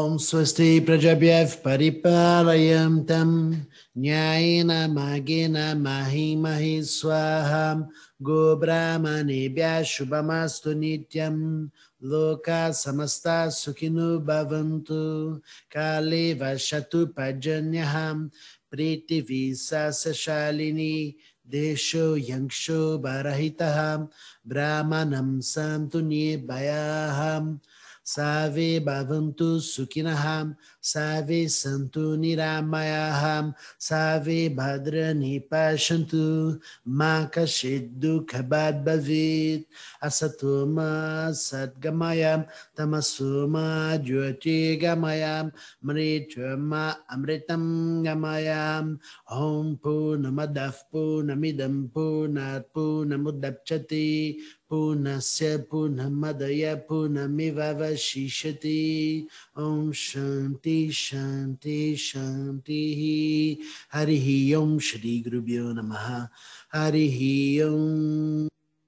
Om Swasti Prajabhyav Paripalayam Nyayena Magena Mahimahi Swaham Go Brahmanebhya Shubhamastu Nityam Loka Samasta Sukhinu Bhavantu Kale Vashatu Pajanyaham Priti Visasa Shalini Desho Yangsho Barahitaham Brahmanam Santu Nirbayaham Save Bhavantu Sukhinaham, Save Santu Niramayaham, Save Bhadrani Pashantu, Makashiddu Kabad Bhavit, Asatoma Sadgamayam, Tamasuma Jyoti Gamayam, Mrityama Amritam Gamayam, Om Purnamadav Purnamidam Purnat Purnamudapchati, Purnasya Purnamadaya Purnamivavashishati. Om Shanti Shanti Shanti. Harihi Om Shri Gurubhyo Namaha. Harihi Om.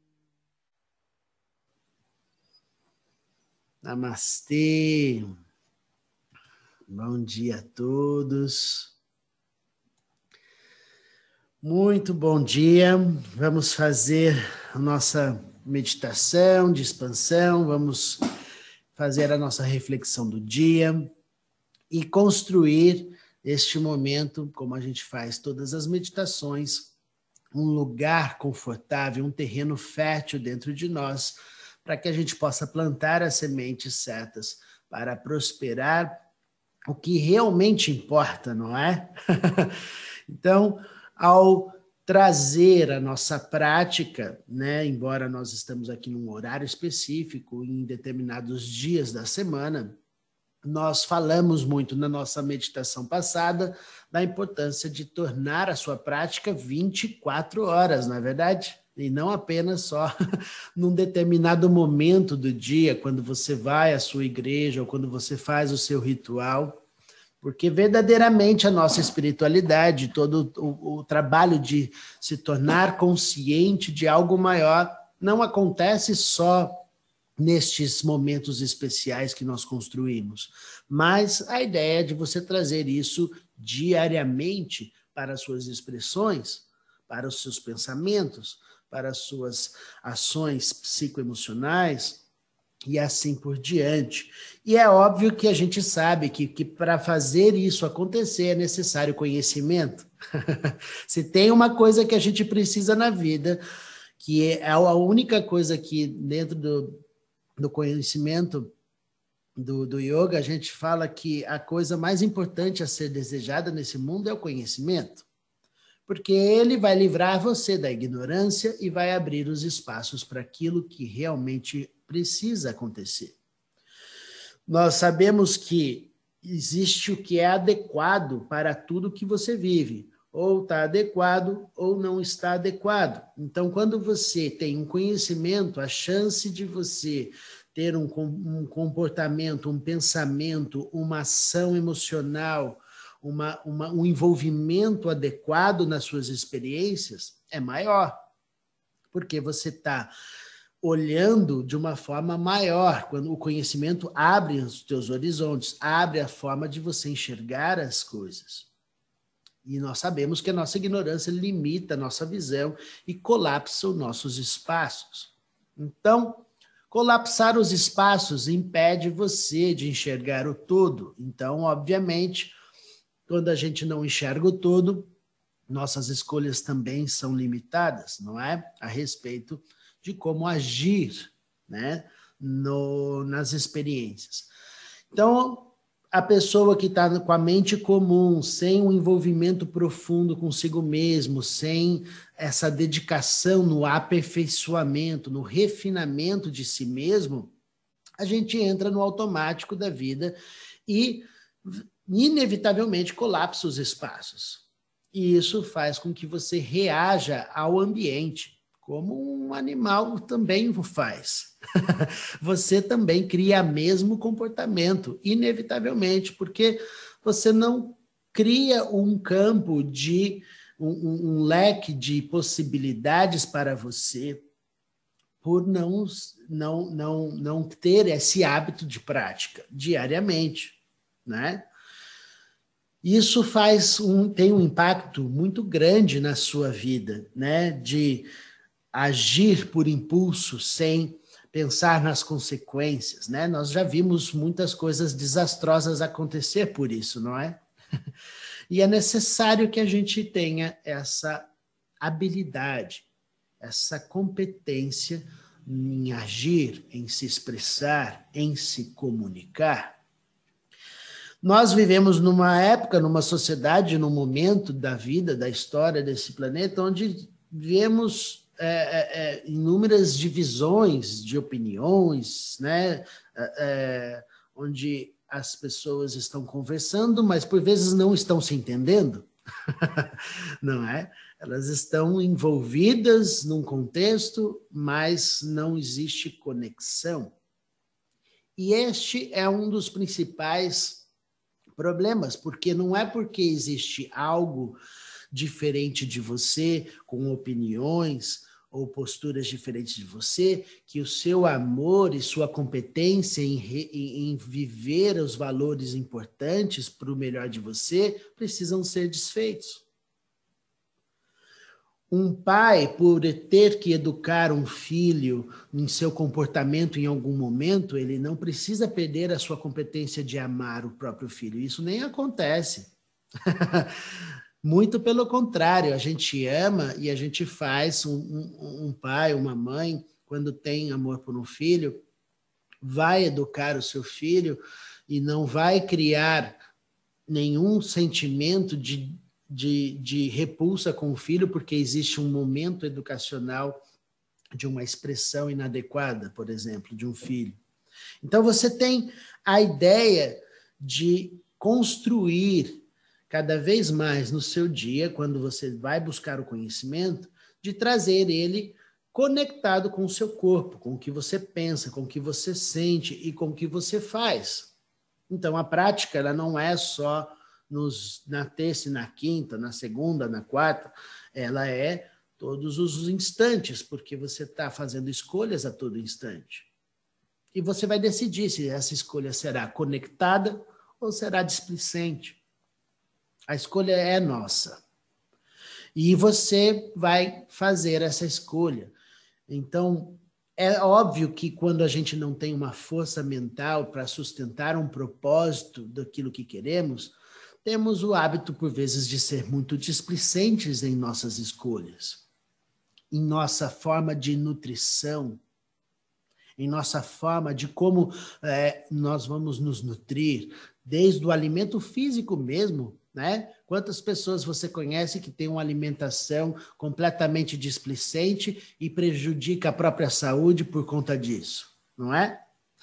Namastê. Bom dia a todos. Muito bom dia. Vamos fazer a nossa meditação de expansão, vamos fazer a nossa reflexão do dia e construir este momento, como a gente faz todas as meditações, um lugar confortável, um terreno fértil dentro de nós, para que a gente possa plantar as sementes certas para prosperar o que realmente importa, não é? Então, ao trazer a nossa prática, né? Embora nós estamos aqui num horário específico, em determinados dias da semana, nós falamos muito na nossa meditação passada da importância de tornar a sua prática 24 horas, não é verdade? E não apenas só num determinado momento do dia, quando você vai à sua igreja ou quando você faz o seu ritual, porque verdadeiramente a nossa espiritualidade, todo o trabalho de se tornar consciente de algo maior, não acontece só nestes momentos especiais que nós construímos, mas a ideia é de você trazer isso diariamente para as suas expressões, para os seus pensamentos, para as suas ações psicoemocionais, e assim por diante. E é óbvio que a gente sabe que para fazer isso acontecer é necessário conhecimento. Se tem uma coisa que a gente precisa na vida, que é a única coisa que dentro do conhecimento do yoga, a gente fala que a coisa mais importante a ser desejada nesse mundo é o conhecimento. Porque ele vai livrar você da ignorância e vai abrir os espaços para aquilo que realmente precisa acontecer. Nós sabemos que existe o que é adequado para tudo que você vive, ou está adequado ou não está adequado. Então, quando você tem um conhecimento, a chance de você ter um comportamento, um pensamento, uma ação emocional, um envolvimento adequado nas suas experiências é maior, porque você está olhando de uma forma maior, quando o conhecimento abre os teus horizontes, abre a forma de você enxergar as coisas. E nós sabemos que a nossa ignorância limita a nossa visão e colapsa os nossos espaços. Então, colapsar os espaços impede você de enxergar o todo. Então, obviamente, quando a gente não enxerga o todo, nossas escolhas também são limitadas, não é? A respeito de como agir, né? Nas experiências. Então, a pessoa que está com a mente comum, sem um envolvimento profundo consigo mesmo, sem essa dedicação no aperfeiçoamento, no refinamento de si mesmo, a gente entra no automático da vida e inevitavelmente colapsa os espaços. E isso faz com que você reaja ao ambiente, como um animal também o faz. Você também cria o mesmo comportamento, inevitavelmente, porque você não cria um campo de um leque de possibilidades para você por não ter esse hábito de prática diariamente. né? Isso tem um impacto muito grande na sua vida, né? De agir por impulso sem pensar nas consequências, né? Nós já vimos muitas coisas desastrosas acontecer por isso, não é? E é necessário que a gente tenha essa habilidade, essa competência em agir, em se expressar, em se comunicar. Nós vivemos numa época, numa sociedade, num momento da vida, da história desse planeta, onde vemos inúmeras divisões de opiniões, né? Onde as pessoas estão conversando, mas por vezes não estão se entendendo, não é? Elas estão envolvidas num contexto, mas não existe conexão. E este é um dos principais problemas, porque não é porque existe algo diferente de você, com opiniões ou posturas diferentes de você, que o seu amor e sua competência em viver os valores importantes para o melhor de você precisam ser desfeitos. Um pai, por ter que educar um filho em seu comportamento em algum momento, ele não precisa perder a sua competência de amar o próprio filho. Isso nem acontece. Muito pelo contrário, a gente ama e a gente faz um pai, uma mãe, quando tem amor por um filho, vai educar o seu filho e não vai criar nenhum sentimento de repulsa com o filho, porque existe um momento educacional de uma expressão inadequada, por exemplo, de um filho. Então, você tem a ideia de construir cada vez mais no seu dia, quando você vai buscar o conhecimento, de trazer ele conectado com o seu corpo, com o que você pensa, com o que você sente e com o que você faz. Então, a prática ela não é só na terça e na quinta, na segunda, na quarta, ela é todos os instantes, porque você está fazendo escolhas a todo instante. E você vai decidir se essa escolha será conectada ou será displicente. A escolha é nossa. E você vai fazer essa escolha. Então, é óbvio que quando a gente não tem uma força mental para sustentar um propósito daquilo que queremos, temos o hábito, por vezes, de ser muito displicentes em nossas escolhas, em nossa forma de nutrição, em nossa forma de como nós vamos nos nutrir, desde o alimento físico mesmo, né? Quantas pessoas você conhece que tem uma alimentação completamente displicente e prejudica a própria saúde por conta disso, não é?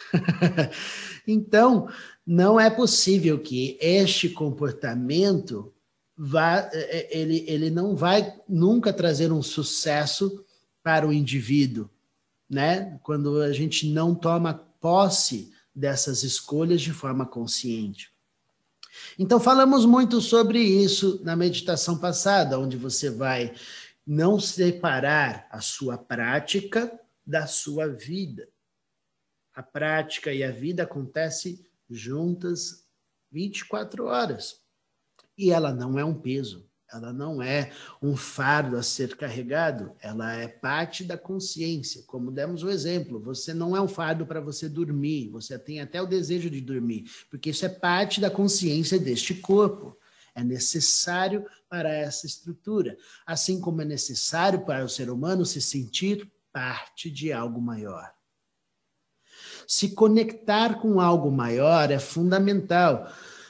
Então, não é possível que este comportamento ele não vai nunca trazer um sucesso para o indivíduo, né? Quando a gente não toma posse dessas escolhas de forma consciente. Então, falamos muito sobre isso na meditação passada, onde você vai não separar a sua prática da sua vida. A prática e a vida acontecem juntas 24 horas. E ela não é um peso, ela não é um fardo a ser carregado, ela é parte da consciência. Como demos o exemplo, você não é um fardo para você dormir, você tem até o desejo de dormir, porque isso é parte da consciência deste corpo. É necessário para essa estrutura, assim como é necessário para o ser humano se sentir parte de algo maior. Se conectar com algo maior é fundamental.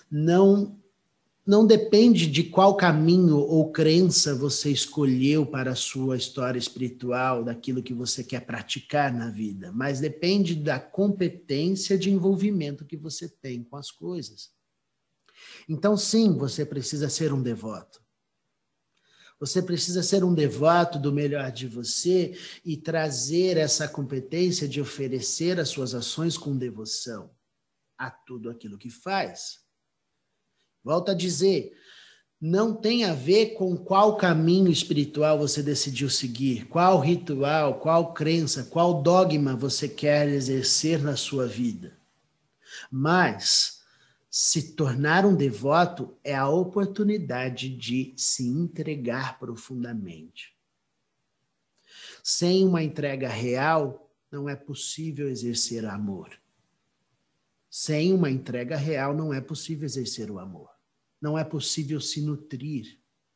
Não depende de qual caminho ou crença você escolheu para a sua história espiritual, daquilo que você quer praticar na vida, mas depende da competência de envolvimento que você tem com as coisas. Então, sim, você precisa ser um devoto. Você precisa ser um devoto do melhor de você e trazer essa competência de oferecer as suas ações com devoção a tudo aquilo que faz. Volto a dizer, não tem a ver com qual caminho espiritual você decidiu seguir, qual ritual, qual crença, qual dogma você quer exercer na sua vida. Mas Se tornar um devoto é a oportunidade de se entregar profundamente. Sem uma entrega real, não é possível exercer amor. Sem uma entrega real, não é possível exercer o amor. Não é possível se nutrir.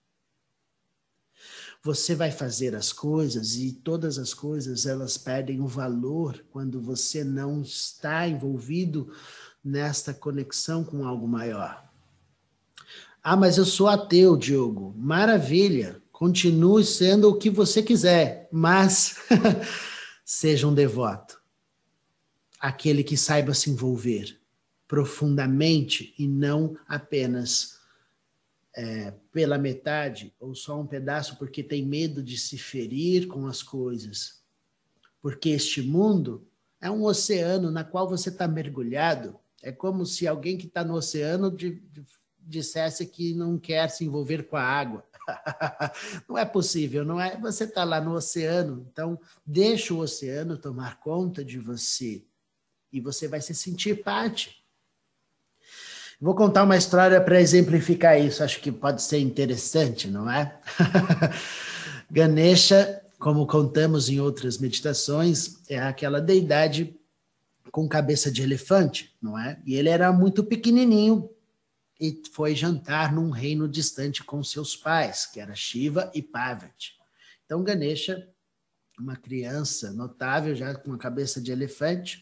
Você vai fazer as coisas e todas as coisas elas perdem o valor quando você não está envolvido nesta conexão com algo maior. Ah, mas eu sou ateu, Diogo. Maravilha. Continue sendo o que você quiser, mas seja um devoto. Aquele que saiba se envolver profundamente e não apenas pela metade ou só um pedaço porque tem medo de se ferir com as coisas. Porque este mundo é um oceano na qual você está mergulhado. É como se alguém que está no oceano dissesse que não quer se envolver com a água. Não é possível, não é? Você está lá no oceano, então deixa o oceano tomar conta de você e você vai se sentir parte. Vou contar uma história para exemplificar isso, acho que pode ser interessante, não é? Ganesha, como contamos em outras meditações, é aquela deidade com cabeça de elefante, não é? E ele era muito pequenininho e foi jantar num reino distante com seus pais, que era Shiva e Parvati. Então Ganesha, uma criança notável, já com a cabeça de elefante,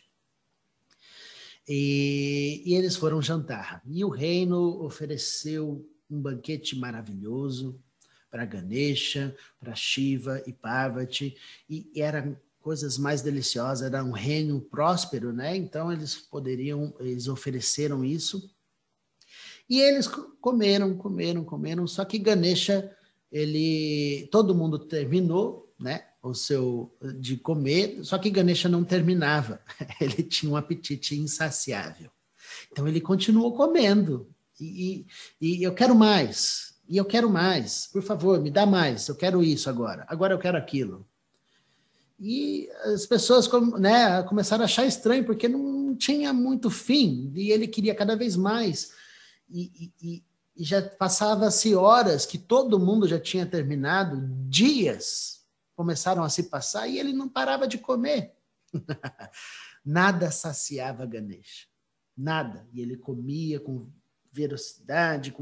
e eles foram jantar. E o reino ofereceu um banquete maravilhoso para Ganesha, para Shiva e Parvati, e eram coisas mais deliciosas, era um reino próspero, né? Então eles ofereceram isso, e eles comeram, só que Ganesha, todo mundo terminou, né? De comer, só que Ganesha não terminava, ele tinha um apetite insaciável. Então ele continuou comendo, e eu quero mais, por favor, me dá mais, eu quero isso agora eu quero aquilo. E as pessoas começaram a achar estranho, porque não tinha muito fim, e ele queria cada vez mais, e já passava-se horas que todo mundo já tinha terminado, dias começaram a se passar e ele não parava de comer. Nada saciava Ganesha, nada. E ele comia com velocidade.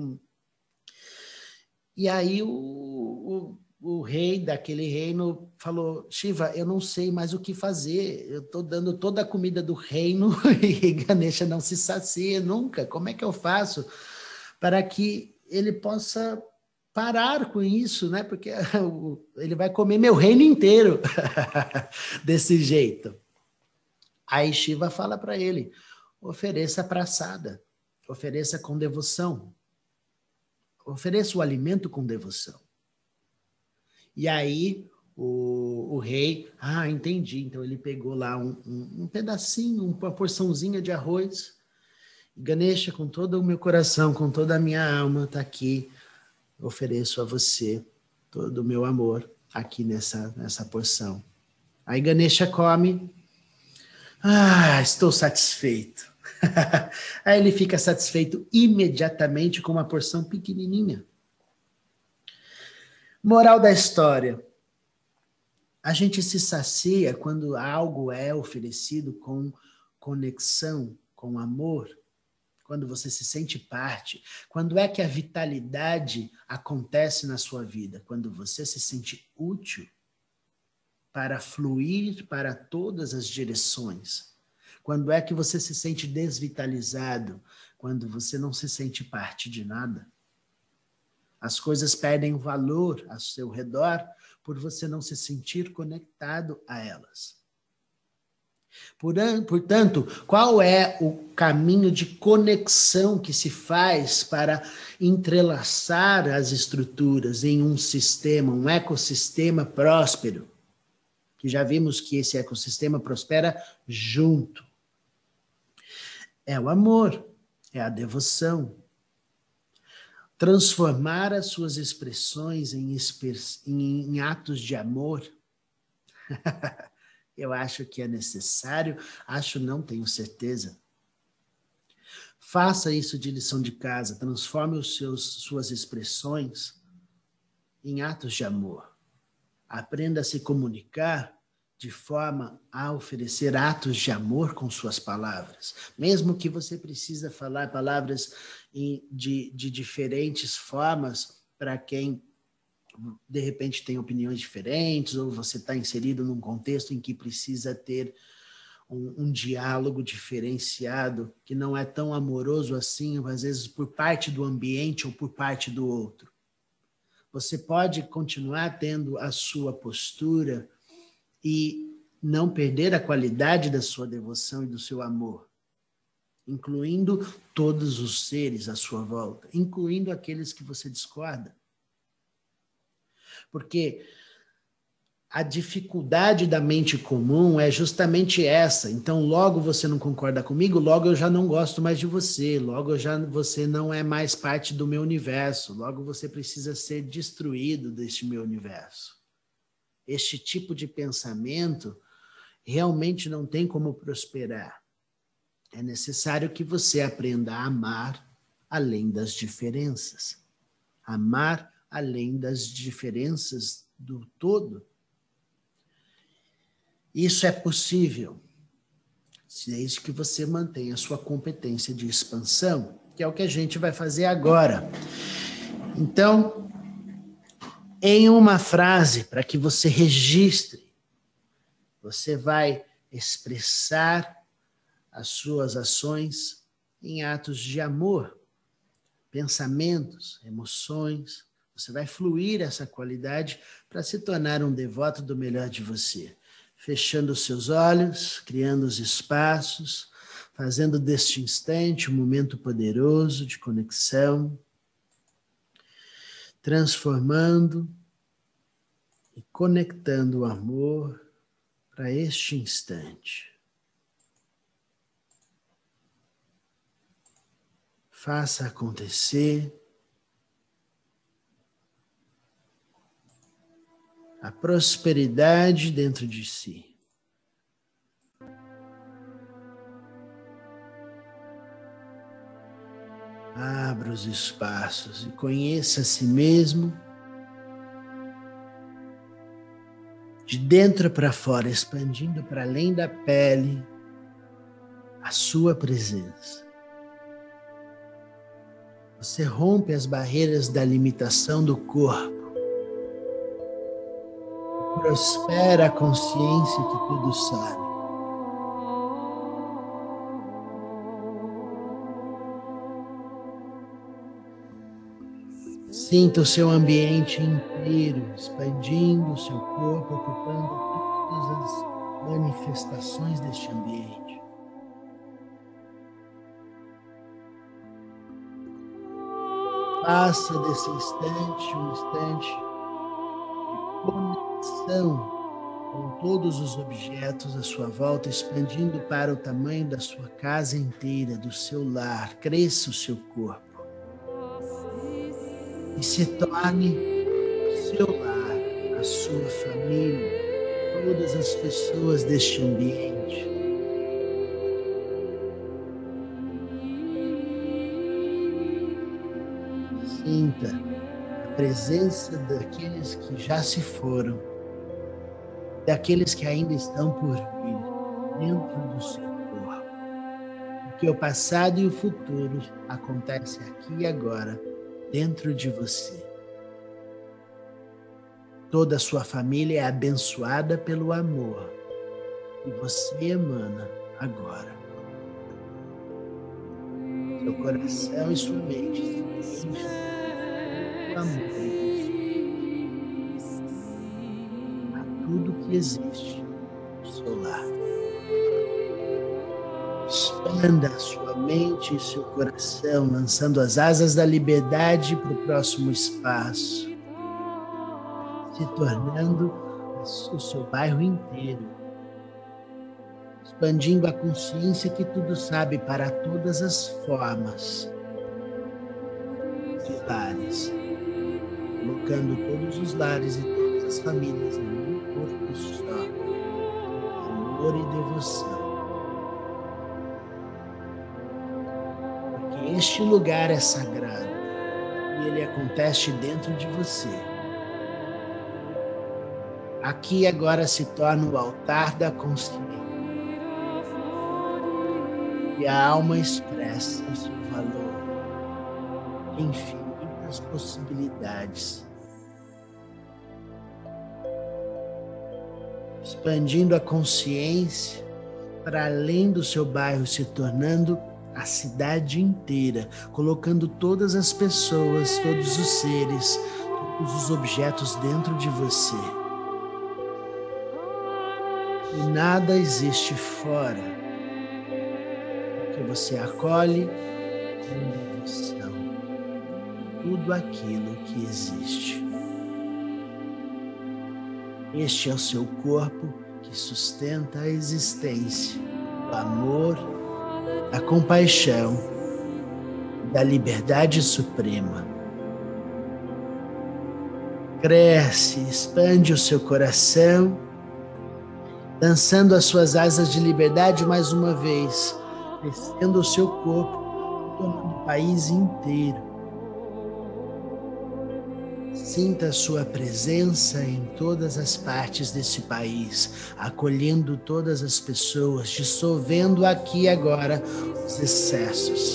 E aí o rei daquele reino falou: Shiva, eu não sei mais o que fazer, eu estou dando toda a comida do reino e Ganesha não se sacia nunca. Como é que eu faço para que ele possa parar com isso, né? Porque ele vai comer meu reino inteiro desse jeito. Aí Shiva fala para ele: ofereça praçada, ofereça com devoção, ofereça o alimento com devoção. E aí o rei, entendi. Então ele pegou lá um pedacinho, uma porçãozinha de arroz. Ganesha, com todo o meu coração, com toda a minha alma, está aqui. Ofereço a você todo o meu amor aqui nessa porção. Aí Ganesha come. Estou satisfeito. Aí ele fica satisfeito imediatamente com uma porção pequenininha. Moral da história. A gente se sacia quando algo é oferecido com conexão, com amor, quando você se sente parte. Quando é que a vitalidade acontece na sua vida? Quando você se sente útil para fluir para todas as direções. Quando é que você se sente desvitalizado? Quando você não se sente parte de nada. As coisas perdem valor ao seu redor por você não se sentir conectado a elas. Portanto, qual é o caminho de conexão que se faz para entrelaçar as estruturas em um sistema, um ecossistema próspero? Que já vimos que esse ecossistema prospera junto. É o amor, é a devoção. Transformar as suas expressões em atos de amor, eu acho que é necessário, não tenho certeza. Faça isso de lição de casa, transforme suas expressões em atos de amor. Aprenda a se comunicar de forma a oferecer atos de amor com suas palavras. Mesmo que você precisa falar palavras de diferentes formas para quem, de repente, tem opiniões diferentes, ou você está inserido num contexto em que precisa ter um diálogo diferenciado, que não é tão amoroso assim, às vezes por parte do ambiente ou por parte do outro. Você pode continuar tendo a sua postura e não perder a qualidade da sua devoção e do seu amor, incluindo todos os seres à sua volta, incluindo aqueles que você discorda. Porque a dificuldade da mente comum é justamente essa. Então, logo você não concorda comigo, logo eu já não gosto mais de você, logo você não é mais parte do meu universo, logo você precisa ser destruído deste meu universo. Este tipo de pensamento realmente não tem como prosperar. É necessário que você aprenda a amar além das diferenças. Amar além das diferenças do todo. Isso é possível, desde que você mantenha a sua competência de expansão, que é o que a gente vai fazer agora. Então, em uma frase, para que você registre, você vai expressar as suas ações em atos de amor, pensamentos, emoções. Você vai fluir essa qualidade para se tornar um devoto do melhor de você. Fechando os seus olhos, criando os espaços, fazendo deste instante um momento poderoso de conexão, transformando e conectando o amor para este instante. Faça acontecer a prosperidade dentro de si. Abra os espaços e conheça a si mesmo de dentro para fora, expandindo para além da pele a sua presença. Você rompe as barreiras da limitação do corpo. Prospera a consciência que tudo sabe. Sinta o seu ambiente inteiro, expandindo o seu corpo, ocupando todas as manifestações deste ambiente. Faça desse instante um instante de conexão com todos os objetos à sua volta, expandindo para o tamanho da sua casa inteira, do seu lar. Cresça o seu corpo e se torne o seu lar, a sua família, todas as pessoas deste ambiente. Sinta a presença daqueles que já se foram, daqueles que ainda estão por vir dentro do seu corpo. Porque o passado e o futuro acontecem aqui e agora, dentro de você. Toda a sua família é abençoada pelo amor que você emana agora. Seu coração e sua mente se enchem do amor a tudo que existe no seu lar. Expanda a sua mente e seu coração, lançando as asas da liberdade para o próximo espaço, se tornando o seu bairro inteiro, expandindo a consciência que tudo sabe para todas as formas de lares, colocando todos os lares e todas as famílias em um corpo só, amor e devoção. Este lugar é sagrado e ele acontece dentro de você. Aqui agora se torna o altar da consciência. E a alma expressa o seu valor, infinitas possibilidades, expandindo a consciência para além do seu bairro, se tornando a cidade inteira, colocando todas as pessoas, todos os seres, todos os objetos dentro de você. E nada existe fora, porque você acolhe com devoção tudo aquilo que existe. Este é o seu corpo que sustenta a existência, o amor, a compaixão, da liberdade suprema. Cresce, expande o seu coração, dançando as suas asas de liberdade mais uma vez, crescendo o seu corpo, tomando o país inteiro. Sinta a sua presença em todas as partes desse país, acolhendo todas as pessoas, dissolvendo aqui agora os excessos,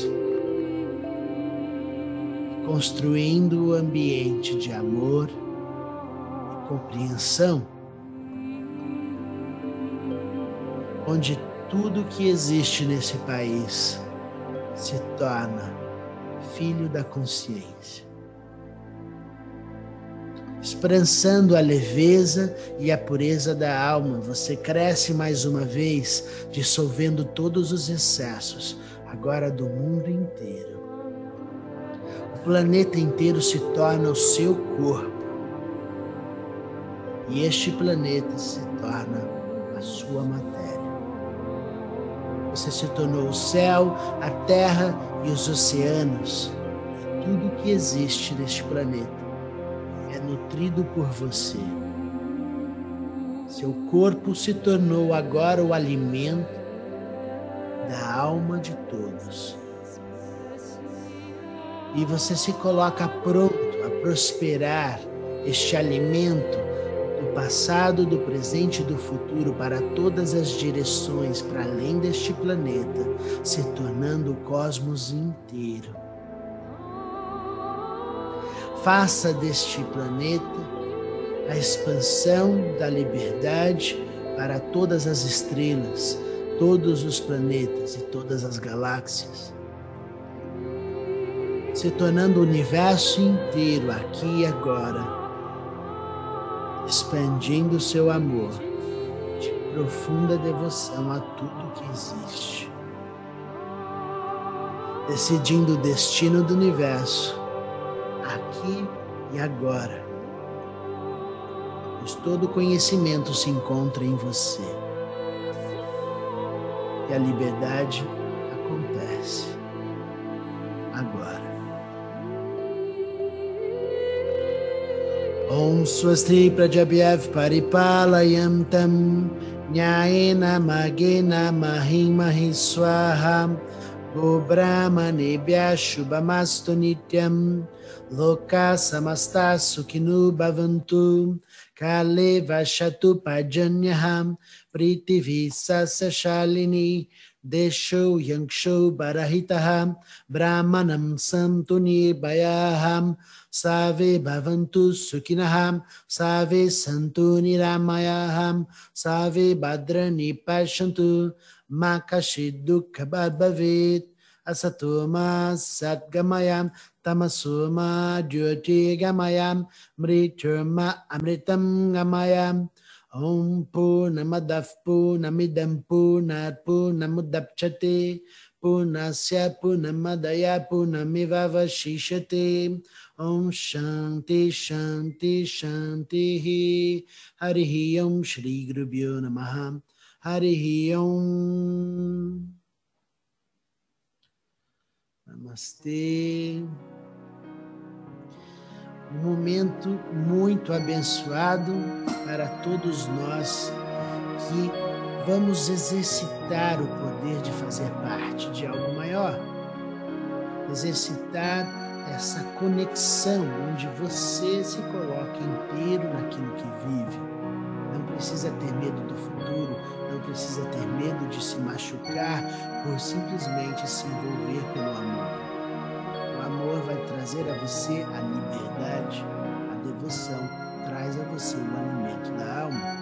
construindo o ambiente de amor e compreensão, onde tudo que existe nesse país se torna filho da consciência. Esprancando a leveza e a pureza da alma, você cresce mais uma vez, dissolvendo todos os excessos, agora do mundo inteiro. O planeta inteiro se torna o seu corpo, e este planeta se torna a sua matéria. Você se tornou o céu, a terra e os oceanos, e tudo que existe neste planeta é nutrido por você. Seu corpo se tornou agora o alimento da alma de todos. E você se coloca pronto a prosperar este alimento do passado, do presente e do futuro para todas as direções, para além deste planeta, se tornando o cosmos inteiro. Faça deste planeta a expansão da liberdade para todas as estrelas, todos os planetas e todas as galáxias, se tornando o universo inteiro aqui e agora, expandindo o seu amor de profunda devoção a tudo que existe, decidindo o destino do universo aqui e agora, pois todo conhecimento se encontra em você e a liberdade acontece agora. Om Swasti Prajabhyav Paripalayam Tam Nyayena Magena Mahimahi Swaha Go Brahmanebhya Shubhamastu Nityam Loka Samasta Sukhino Bhavantu Kale Vashatu Pajanyaham Pritivi Sasya Shalini Desho Yangsho Barahitaham Brahmanam Santu Nirbayaham Save Bhavantu Sukhinaham Save Santu Niramayaham Save Bhadrani Pashantu Makashid Dukha Bhavet Asatoma Satgamayam Tamasoma Jyoti Gamayam Mriturma Amritam Gamayam Om Purnamadav Purnamidam Purnat Purnamudapchate Purnasya Purnamadaya Purnamivavashishate Om Shanti Shanti Shanti Harihi Om Shri Gurubhyo Namaha Harihi Om. Namastê. Um momento muito abençoado para todos nós que vamos exercitar o poder de fazer parte de algo maior. exercitar essa conexão, onde você se coloca inteiro naquilo que vive. Não precisa ter medo do futuro, não precisa ter medo de se machucar por simplesmente se envolver pelo amor. O amor vai trazer a você a liberdade, a devoção traz a você o alimento da alma.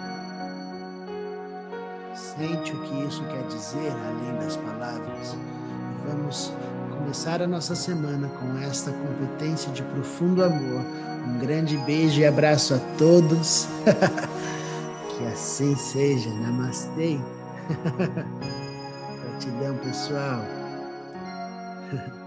Sente o que isso quer dizer além das palavras. E vamos começar a nossa semana com esta competência de profundo amor. Um grande beijo e abraço a todos. Que assim seja. Namastê. Gratidão, pessoal.